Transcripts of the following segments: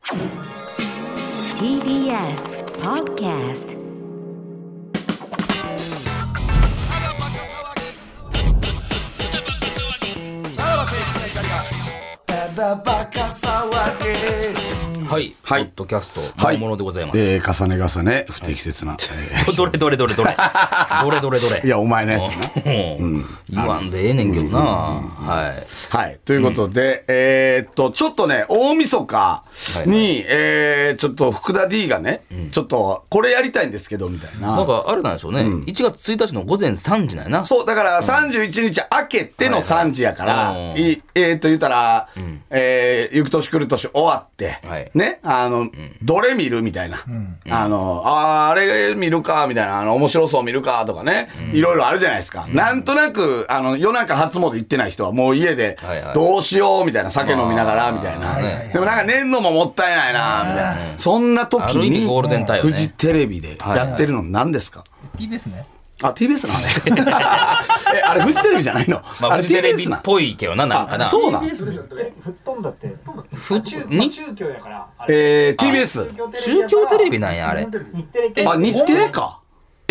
TBS Podcast。 はい、ポッドキャスト本物でございます。 重ね重ね不適切な、 どれいやお前のやつな、 言わんでええねんけどな。はいということで、ちょっとね大晦日に、ちょっと福田 D がね、ちょっとこれやりたいんですけどみたいな、 なんかあれなんでしょうね、1月1日の午前3時なんやな。 そうだから31日明けての3時やから、言ったら、行く年来る年終わって、ね、どれ見るみたいな、あれ見るかみたいな、面白そう見るかとかね、いろいろあるじゃないですか。なんとなく夜中初詣行ってない人はもう家でどうしようみたいな、酒飲みながらみたいな、でもなんか寝んのももったいないなみたいな、そんな時にフジテレビでやってるの何ですか ？TBS ね。 TBS なんであれフジテレビじゃないの？ あれフジテレビっぽいけどな、なんかな。 そうなん？ 吹っ飛んだって。中京やから。 TBS。 中京テレビなんやあれ。 日テレか。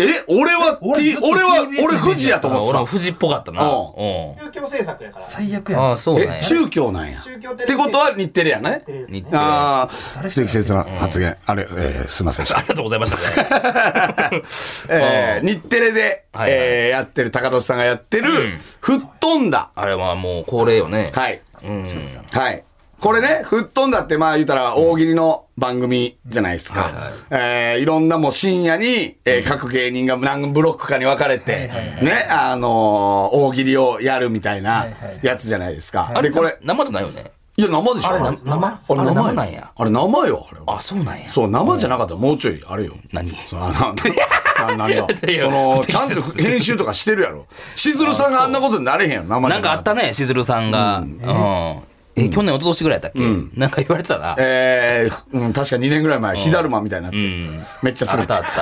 俺富士やと思ってた。 俺も富士っぽかったな。 中京制作やから。最悪や。 そうなんや。 中京なんや。ってことは日テレやね。不適切な発言。すいません。 ありがとうございましたね。日テレでやってる高俊さんがやってる吹っ飛んだ。 あれはもう恒例よね。 はい。これね、吹っ飛んだって言ったら大喜利の番組じゃないですか。いろんなもう深夜に、各芸人が何ブロックかに分かれて、ね、大喜利をやるみたいなやつじゃないですか。 あれこれ、生じゃないよね。 いや、生でしょ。 あれ生なんや。 あれ生よ、あれ。 あ、そうなんや。 そう、生じゃなかったらもうちょい、あれよ。 何何がちゃんと編集とかしてるやろ。しずるさんがあんなことになれへんやろ、生じゃなんかあったね、しずるさんが。去年一昨年ぐらいだっけ、なんか言われてたな。 確か2年ぐらい前、火だるまみたいになって、めっちゃ滑ってた。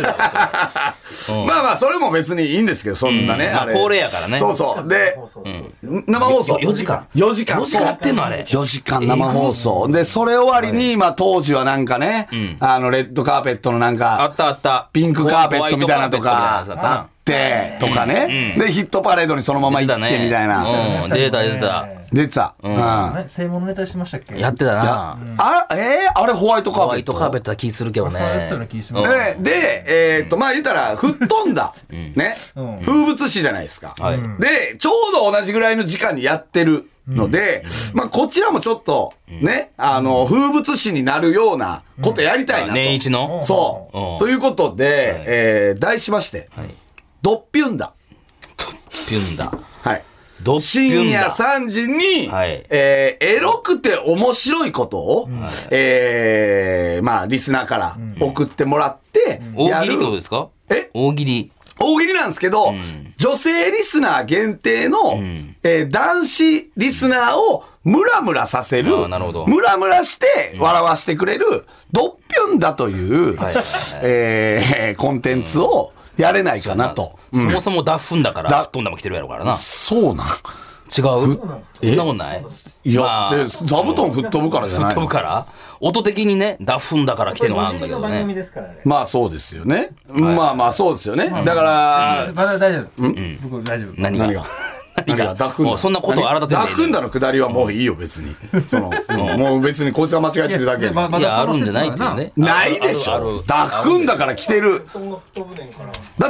まあそれも別にいいんですけど、そんなね。 恒例やからね。 そうそう。で、生放送。 4時間やってんのあれ。 4時間生放送。で、それ終わりに、当時はなんかね、レッドカーペットのなんか、 あった。 ピンクカーペットみたいなとか、あってとかね。で、ヒットパレードにそのまま行ってみたいな。出てた。 正物ネタしましたっけ？ やってたな。 あれホワイトカーペット。 ホワイトカーペットは気するけどね。 で、言ったら、吹っ飛んだ。ね。風物詩じゃないですか。で、ちょうど同じぐらいの時間にやってるので、こちらもちょっと、ね、風物詩になるようなことやりたいなと。 年一の？ そう。ということで、題しまして、ドッピュンだ。はい。深夜3時に、エロくて面白いことを、リスナーから送ってもらって、 大喜利ってことですか？大喜利なんですけど、女性リスナー限定の、男子リスナーをムラムラさせる、ムラムラして笑わしてくれる、ドッピュンだという、コンテンツをやれないかなと。 そもそもダッフンだから、吹っ飛んだも来てるやろからな。 そうなん。 違う？そんなことない？ いや、座布団吹っ飛ぶからじゃない。 吹っ飛ぶから？音的にね、ダッフンだから来てるのはあるんだけどね。 そうですよね。そうですよね。だから、 大丈夫。僕大丈夫。 何がダフンダ。 そんなことを改めて。 ダフンダのくだりはもういいよ、別に。もう別にこいつが間違えてるだけ。 いや、あるんじゃないっていうね。 ないでしょ。ダフンダから来てる。だって、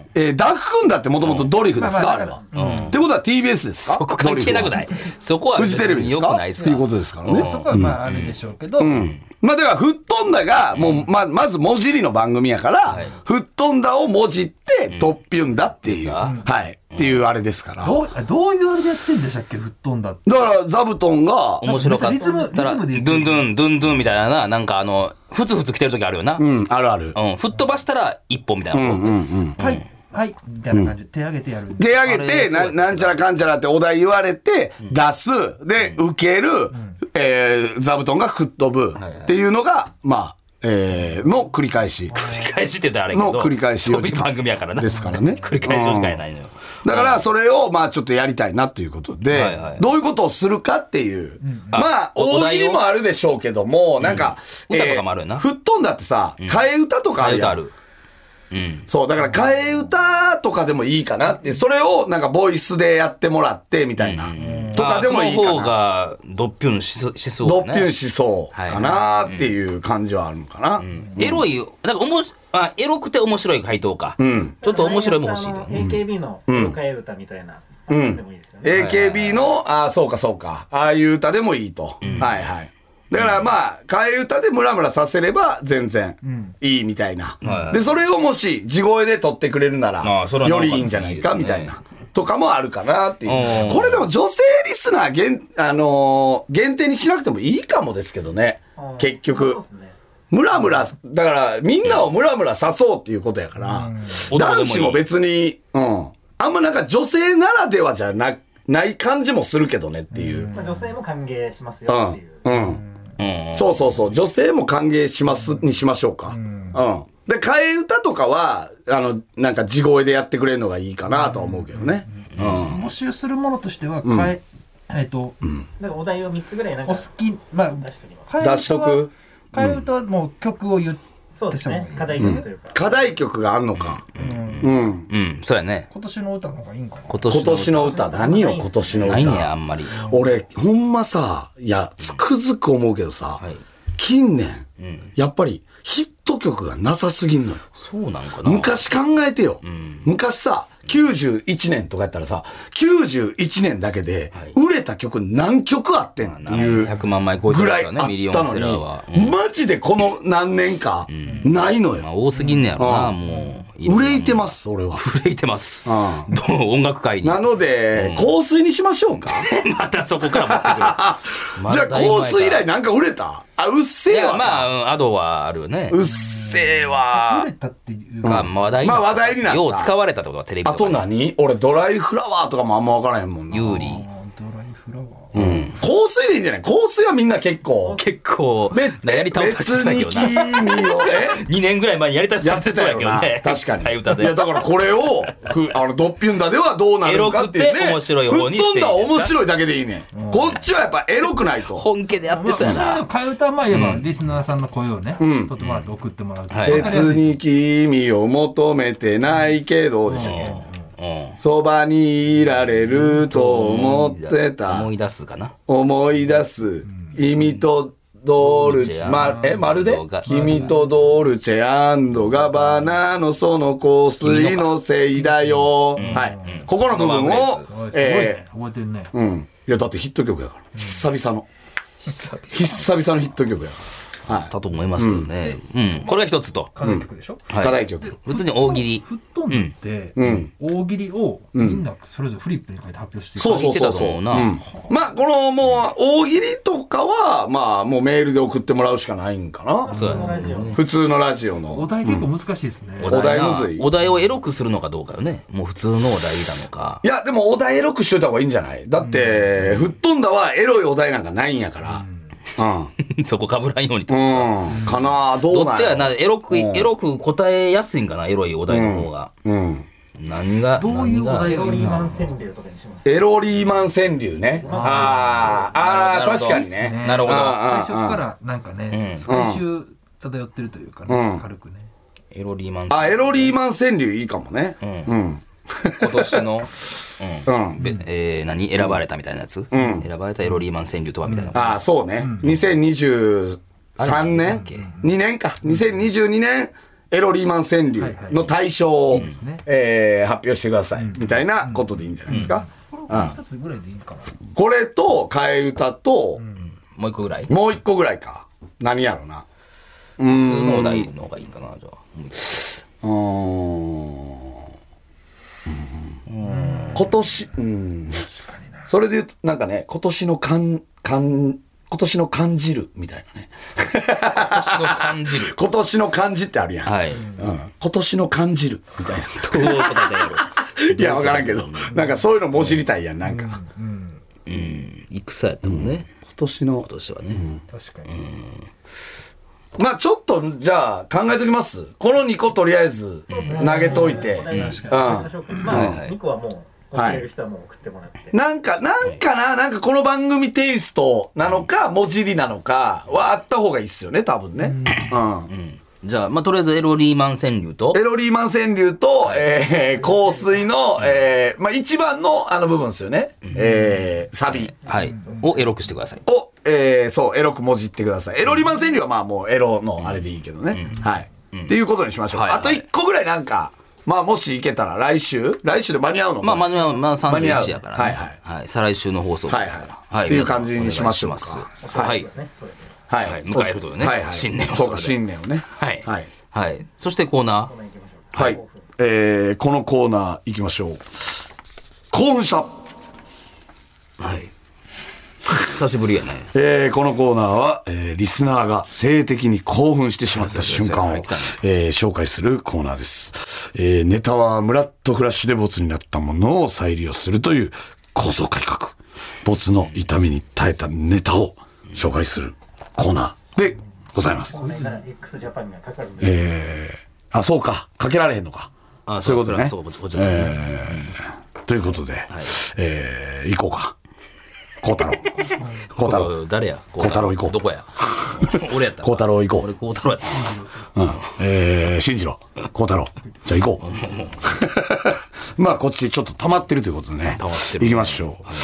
ダフンダってもともとドリフですか、あれは。ってことは TBS ですか？ そこ関係なくない？そこはフジテレビですか？っていうことですからね。 そこはあるでしょうけど。 だから、吹っ飛んだが、もう、まず、文字りの番組やから、吹っ飛んだをもじって、ドッピュンだっていう、っていうあれですから。 どういうあれでやってんでしたっけ、吹っ飛んだって。 だから、座布団が、 面白かったら、ドゥンドゥンみたいな、なんかふつふつ来てる時あるよな。 あるある。 吹っ飛ばしたら一本みたいな。 はい、みたいな感じで手挙げてやる。 手挙げて、なんちゃらかんちゃらってお題言われて、出す。で、受ける。座布団が吹っ飛ぶ。っていうのが、の繰り返し。 繰り返しって言ったらあれけど。 の繰り返し。 そういう番組やからな。 ですからね。 繰り返ししかやないのよ。 だからそれをまあちょっとやりたいなということで、 はいはいどういうことをするかっていう、まあ大喜利もあるでしょうけども、なんか、 歌とかもあるよな。 吹っ飛んだってさ、替え歌とかあるやん。 替え歌ある。 そう、だから替え歌とかでもいいかなって、それをなんかボイスでやってもらってみたいな、とかでもいいかな。 その方がドッピュンしそうドね。 ッピュンしそうかなっていう感じはあるのかな。 エロい、なんかエロくて面白い回答か。ちょっと面白いも欲しいと。 AKB の替え歌みたいな。でもいいですよね。 AKB の、そうかそうか。ああいう歌でもいいと。はいはい。だからまあ、替え歌でムラムラさせれば全然いいみたいな。で、それをもし地声で撮ってくれるなら、よりいいんじゃないかみたいな。とかもあるかなっていう。これでも女性リスナー限定にしなくてもいいかもですけどね。結局。ムラムラ、だからみんなをムラムラさそうっていうことやから、男子も別に、あんまなんか女性ならではじゃない感じもするけどねっていう。 女性も歓迎しますよっていう。 そうそうそう。女性も歓迎しますにしましょうか。で、替え歌とかは、なんか地声でやってくれるのがいいかなとは思うけどね。 募集するものとしては、 なんかお題を3つぐらいなんかお好き、まあ、 出しとく。 替え歌はもう曲を言って、 そうですね。課題曲というか。 課題曲があんのか。 そうやね。 今年の歌の方がいいんかな。 今年の歌。何よ、今年の歌。 ないね、あんまり。 俺、ほんまさ、いや、つくづく思うけどさ、近年、やっぱりヒット曲がなさすぎんのよ。 そうなんかな。 昔考えてよ。昔さ、91年とかやったらさ、91年だけで、売れた曲何曲あってんっていう 100万枚超えてるからね、ミリオンセラーは。 マジでこの何年か、ないのよ。 多すぎんねやろな、もう。 憂いてます、俺は。 憂いてます。音楽界に。 なので、香水にしましょうか。 またそこから持ってくる。 じゃあ香水以来なんか売れた？うっせぇわ。 まあ、アドはあるよね。 うっせぇわ。 売れたっていうか。話題になった。よう使われたってことはテレビとか。 あと何？俺ドライフラワーとかもあんま分からへんもんな。 有利。 ドライフラワー。 香水でいいんじゃない？香水はみんな結構やり倒されてそうやけどな。 別に君を 2年ぐらい前にやり倒されてそうやけどね。 確かに。 いやだからこれをドッピュンダではどうなるかっていうね。 エロくて面白い方にしていいですか。 吹っ飛んだ面白いだけでいいね。こっちはやっぱエロくないと。 本気でやってそうやな。 替え歌はまあ言えばリスナーさんの声をね取ってもらって送ってもらう。 別に君を求めてないけどでしたっけ。そばにいられると思ってた。 思い出すかな。 思い出す。君とドルチェ、まるで君とドルチェ&ガバナのその香水のせいだよ。はい。ここの部分を、 覚えてるね。 いや、だってヒット曲やから。久々のヒット曲やから。 だと思いますけどね。これが一つと。 課題曲でしょ。 課題曲。 普通に大喜利。 吹っ飛んでって大喜利をみんなそれぞれフリップに書いて発表してそう。まあこのもう大喜利とかはまあもうメールで送ってもらうしかないんかな。普通のラジオのお題結構難しいですね。 お題むずい。 お題をエロくするのかどうかよね。もう普通のお題なのか。 いやでもお題エロくしといた方がいいんじゃない？だって吹っ飛んだはエロいお題なんかないんやから。 そこ被らんようにかな。どっちがなエロく答えやすいんかな、エロいお題の方が。何がどういうお題がいいな。 エロリーマン川柳ね。確かにね。 なるほど。 最初からなんかね最終漂ってるというかね、軽くね。 エロリーマン川柳。エロリーマン川柳いいかもね。 今年の選ばれたみたいなやつ、選ばれたエロリーマン川柳とはみたいな。 そうね。2023年2年か。2022年エロリーマン川柳の対象を発表してくださいみたいなことでいいんじゃないですか。 一つぐらいでいいかな。 これと替え歌ともう一個ぐらい。 もう一個ぐらいか。何やろな。 普通のお題の方がいいかな。じゃあ今年、それで言うとなんかね、今年の感じるみたいなね。 今年の感じる。 今年の感じってあるやん。今年の感じるみたいな。 どういうことだよ。 いや、わからんけど、なんかそういうのもじりたいやん、なんか。 戦やったもんね。 今年はね。 確かに。 まあちょっとじゃあ考えときます。この2個とりあえず投げといて。 2個はもう送れる人はもう送ってもらって。 なんかこの番組テイストなのか、文字りなのかはあった方がいいっすよね、多分ね。 じゃあ、まあ、とりあえずエロリーマン川柳とエロリーマン川柳と、香水の、まあ、一番の部分ですよね。サビ。 はい。をエロくしてください。 そう、エロく文字ってください。エロリーマン川柳はまあもうエロのあれでいいけどね。はい。っていうことにしましょう。あと一個ぐらいなんか、まあもしいけたら来週で間に合うのかな。 まあ31やからね。はい。再来週の放送ですから。はい。っていう感じにしましょうか。 はい。はい。迎えるというね。新年を。 そうか、新年をね。 はい。はい。そしてコーナー。はい。このコーナー行きましょう。興奮した。はい。 久しぶりやね。 このコーナーは、リスナーが性的に興奮してしまった瞬間を、紹介するコーナーです。ネタはムラッとフラッシュでボツになったものを再利用するという構造改革。ボツの痛みに耐えたネタを紹介するコーナーでございます。そうか。かけられへんのか。そういうことね。ということで、行こうか。孝太郎。 誰や孝太郎行こう。 どこや俺やった。 孝太郎行こう。 俺孝太郎やった。信じろ。孝太郎。じゃあ行こう。まあこっちちょっと溜まってるということでね。行きましょう。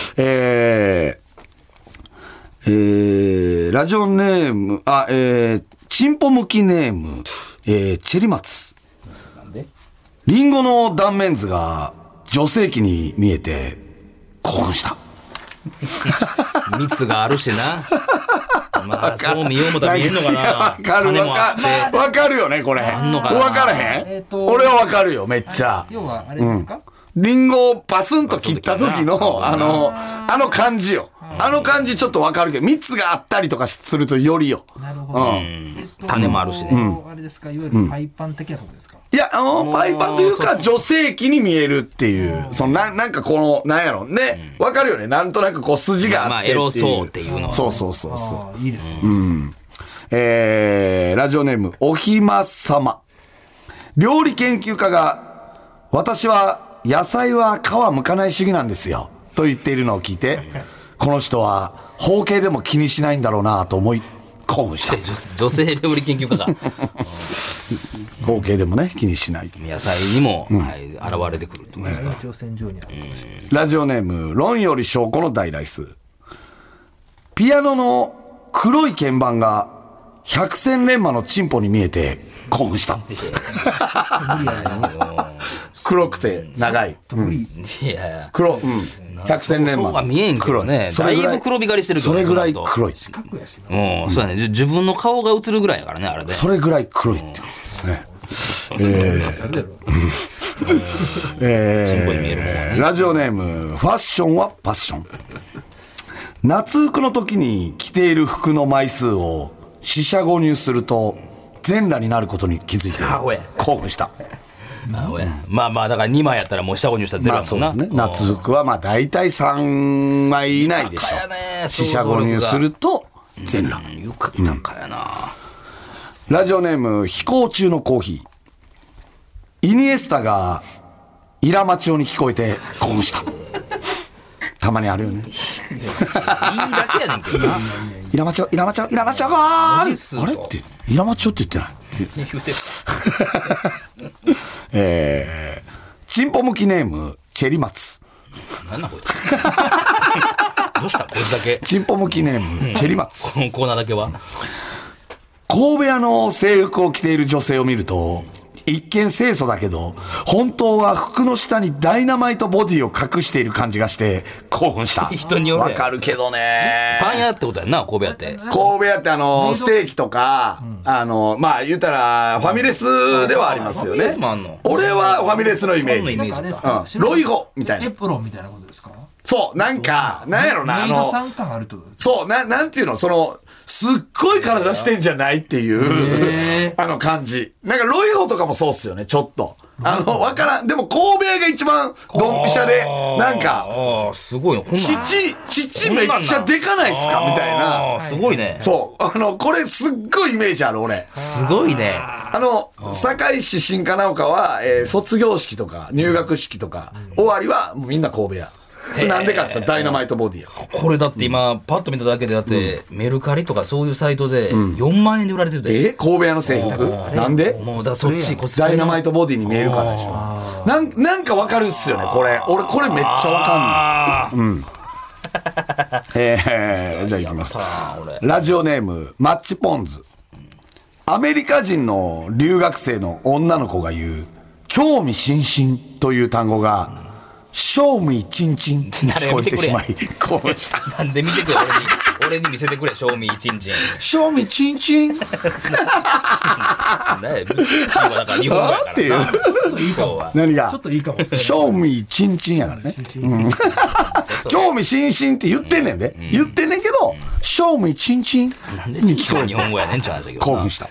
ラジオネーム、チンポ向きネーム、チェリマツ。リンゴの断面図が女性器に見えて興奮した。 蜜があるしな。まあそう見ようもたら見えんのかな。 わかるよねこれ。わからへん。俺はわかるよめっちゃ。 要はあれですか？ リンゴをパスンと切った時のあの感じよ。あの感じちょっとわかるけど、蜜があったりとかするとよりよ。 なるほど。 種もあるしね。 あれですか、いわゆるパイパン的なことですか？ いや、パイパンというか、女性器に見えるっていう、なんかこの、なんやろね、わかるよね。なんとなくこう筋があってっていう。 まあ、エロそうっていうのは。 そう。 いいですね。 ラジオネーム、おひまさま。料理研究家が、私は野菜は皮剥かない主義なんですよ。と言っているのを聞いて、この人は包茎でも気にしないんだろうなと思い、興奮した。 女性料理研究家が。 包茎でもね、気にしない。 野菜にも、現れてくるってことですか。 ラジオネーム、論より証拠の大ライス。ピアノの黒い鍵盤が百戦錬磨のチンポに見えて興奮した。黒くて長い。黒、百戦錬磨。 そうは見えんけどね。だいぶ黒光りしてるけど。 それぐらい黒い。 そうやね。自分の顔が映るぐらいやからね、あれで。 それぐらい黒いってことですね。ラジオネーム、ファッションはパッション。夏服の時に着ている服の枚数を四捨五入すると全裸になることに気づいて興奮した。 まあだから2枚やったらもう下5入したらゼロだもんな。 そうですね。夏服はまあ大体3枚以内でしょ。四捨五入すると全裸。 よく高やな。 ラジオネーム、飛行中のコーヒー。イニエスタがイラマチオに聞こえて興奮した。たまにあるよね。いいだけやねんけどな。 イラマチョがーあれってイラマチョって言ってない。チンポ向きネームチェリマツ。 なんだこいつ。どうしたこいつだけ。 チンポ向きネームチェリマツ。 このコーナーだけは。 神戸屋の制服を着ている女性を見ると一見清楚だけど本当は服の下にダイナマイトボディを隠している感じがして興奮した。 人によるわかるけどね。 パン屋ってことやんな。神戸屋って神戸屋ってステーキとか、まあ言ったらファミレスではありますよね。俺はファミレスのイメージ。ロイホみたいな。 エプロンみたいなことですか？ そうなんかなんやろなそうなんていうのすっごい体してんじゃないっていう感じ。なんかロイホとかもそうっすよね。ちょっとわからん。でも神戸屋が一番ドンピシャで、なんか、 すごいよ。 父めっちゃでかないっすかみたいな。 すごいね。 そう。これすっごいイメージある、俺。 すごいね。 堺市新加奈岡は、卒業式とか入学式とか、終わりはもうみんな神戸屋。それなんでかって言ったらダイナマイトボディや。 これだって今、パッと見ただけでだって、メルカリとかそういうサイトで4万円で売られてるで。 神戸屋の制服なんでもうだそっち、 ダイナマイトボディに見えるからでしょ。なんかわかるっすよね、これ。俺、これめっちゃわかんない。じゃあ行きます。ラジオネーム、マッチポンズ。アメリカ人の留学生の女の子が言う、興味津々という単語が、賞味チンチンに聞こえてしまい、こうした。 なんで見てくれ、俺に見せてくれ、賞味チンチン。 賞味チンチン。 チンチンはだから日本語やからな。 ちょっといいかも。 何がちょっといいかも。 賞味チンチンやからね。興味津々って言ってんねんで。言ってんねんけど、賞味チンチンに聞こえて。 日本語やねんちゃうんだけど。 興奮した。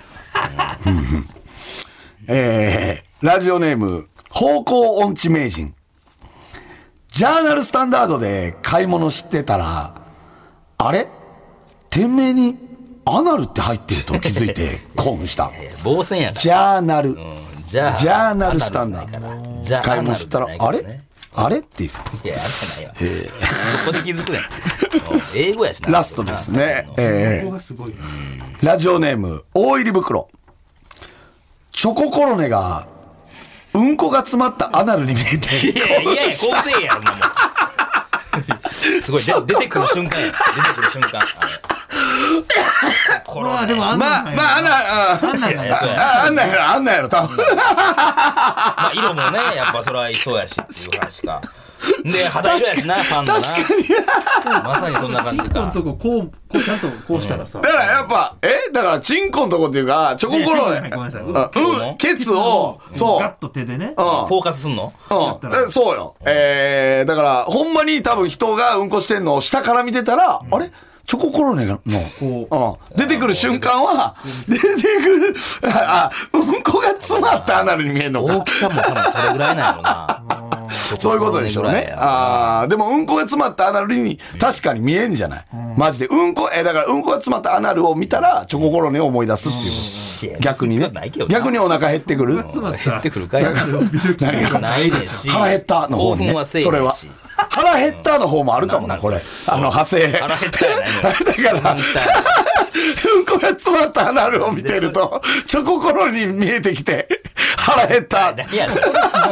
ラジオネーム、方向音痴名人。ジャーナルスタンダードで買い物してたら、あれ店名にアナルって入ってると気づいて興奮した。 防線やから。 ジャーナル。 ジャーナルスタンダード。買い物したら、あれっていう。 いや、あれないわ。どこで気づくねん。英語やしな。 ラストですね。ラジオネーム、大入り袋。チョココロネが、うんこが詰まったアナルに見えて。 いや、構成やろ、もう。すごい、出てくる瞬間や。出てくる瞬間。 まあでもあんなんやろ。 あんなんやろ、多分。 まあ、色もね、やっぱそれはそうやしっていう話か。で、肌色やしな、ファンのな。まさにそんな感じか。 チンコのとこ、こうちゃんとこうしたらさ。 だからやっぱ、だからチンコのとこっていうか、チョココロネ。 ごめんなさい。 ケツを、そう。 ガッと手でね。 フォーカスすんの？ そうよ。だから、ほんまに多分人がうんこしてんのを下から見てたら、あれチョココロネの、出てくる瞬間は、出てくる、うんこが詰まったアナルに見えるのか。 大きさも多分それぐらいなんやろな。 そういうことでしょうね。でもうんこが詰まったアナルに確かに見えんじゃない。マジで。だからうんこが詰まったアナルを見たら、チョココロネを思い出すっていう。逆にね。逆にお腹減ってくる。 減ってくるかい。 何がないですし。 腹減ったの方にね。それは。腹減ったの方もあるかもな、これ。派生。 腹減ったやないの。 だから、うんこが詰まったアナルを見てると、チョココロネに見えてきて、腹減った。 何やねん。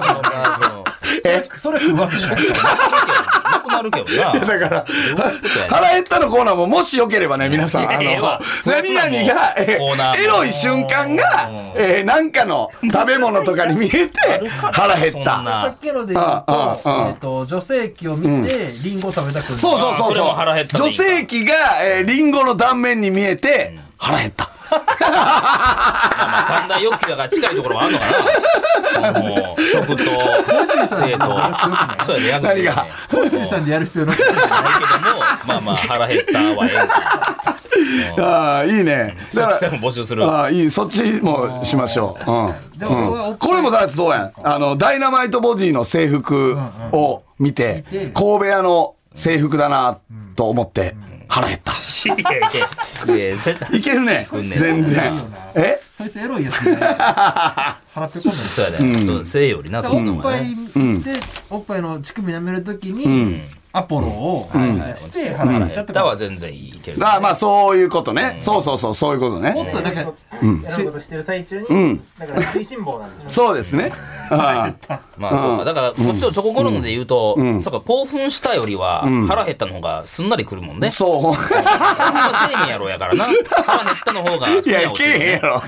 それ食うわけじゃないなくなるけどな。 だから、腹減ったのコーナーももしよければね、皆さん、何々が、エロい瞬間が、なんかの食べ物とかに見えて、腹減った。 さっきので言うと、女性器を見て、リンゴ食べたくなる。 そう。女性器が、リンゴの断面に見えて、腹減った。 まあ三大欲求だから近いところもあるのかな。食と性と。そうやね。 何が小泉さんでやる必要ないけども、 まあ腹減ったはいいね。 そっちでも募集する。 いい、そっちもしましょう。これもだってそうやん。ダイナマイトボディの制服を見て、神戸屋の制服だなと思って、腹減った。いけるね。全然。 そいつエロいやつね。腹ペコんだ。 そうやね。性よりな、そっちの方がね。 おっぱいの乳首舐めるときに、アポロを出して腹減ったとかは全然いける。 まあそういうことね。そういうことね。 もっとなんかやることしてる最中に、だから食いしん坊なんでしょ。 そうですね。 まあそうか。だからこっちのチョココロネで言うと、そうか、興奮したよりは腹減ったの方がすんなりくるもんね。 そう。 興奮はせえへんやろやからな。腹減ったの方が。いや、いけへんやろ。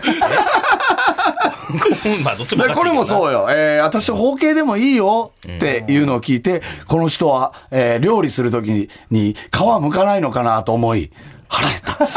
まあどっちもこれもそうよ。私包茎でもいいよっていうのを聞いて、この人は料理するときに皮むかないのかなと思い、腹減った。 よう分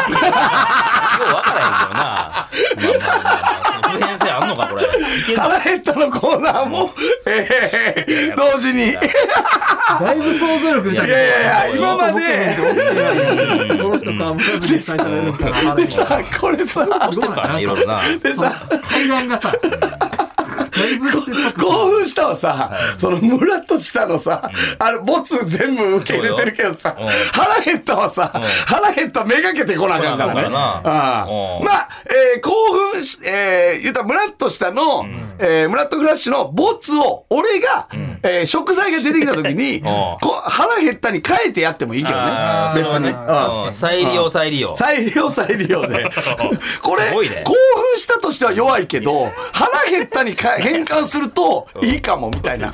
からへんけどな。普遍性あんのかこれ。 腹減ったのコーナーも同時に。 だいぶ想像力豊か。 いや今までこの人かむかずに最初やるから腹減った。 これさ、 してるからね、いろいろな。 でさ、階段がさ、階いぶステップ興奮したはさ、そのムラっとしたのさ、ボツ全部受け入れてるけどさ、腹減ったはさ、腹減っためがけてこなあかんからね。まあ、興奮し、言うたらムラっとしたの、ムラっとフラッシュのボツを、俺が、食材が出てきた時に、腹減ったに変えてやってもいいけどね。別に。 再利用再利用。 再利用再利用で。これ、興奮したとしては弱いけど、腹減ったに変換するといいかもみたいな。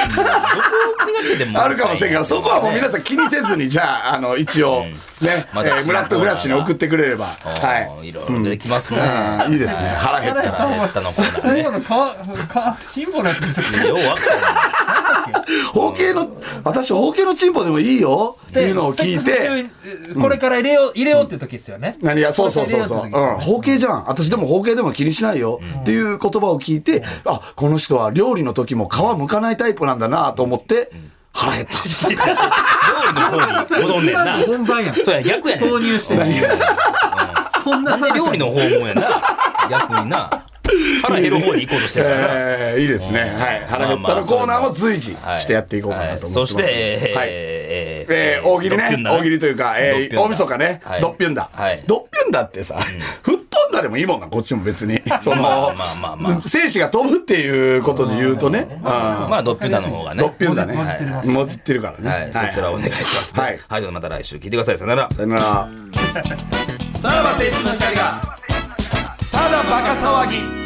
あるかもしれんから、そこはもう皆さん気にせずに、じゃあ、一応、ね、ムラッとフラッシュに送ってくれれば。はい。 いろいろ出てきますね。 いいですね。腹減ったら。 のコーナーね。 最後のチンポのやつの時よう分か包茎の、私包茎のチンポでもいいよっていうのを聞いて、 これから入れようっていう時ですよね。 何が、そう。包茎じゃん。私でも包茎でも気にしないよっていう言葉を聞いて、あ、この人は料理の時も皮剥かないタイプなんだなと思って、腹減った。 料理の方に戻んねんな。 本番やん。 そうや、逆やねん。 挿入してね。そんな料理の訪問やな。逆にな。腹減る方に行こうとしてるから。 いいですね。はい。腹減ったのコーナーも随時してやっていこうかなと思ってます。 そして、 大喜利ね。大喜利というか、大晦日ね。ドッピュンダ。ドッピュンダってさ、吹っ飛んだでもいいもんな、こっちも別に。その、精子が飛ぶっていうことで言うとね。 まあ、ドッピュンダの方がね。 ドッピュンダね。もじってるからね。 そちらお願いします。はい。はい、また来週聞いてください。さよなら。 さよなら。さらば青春の光が、ただバカ騒ぎ。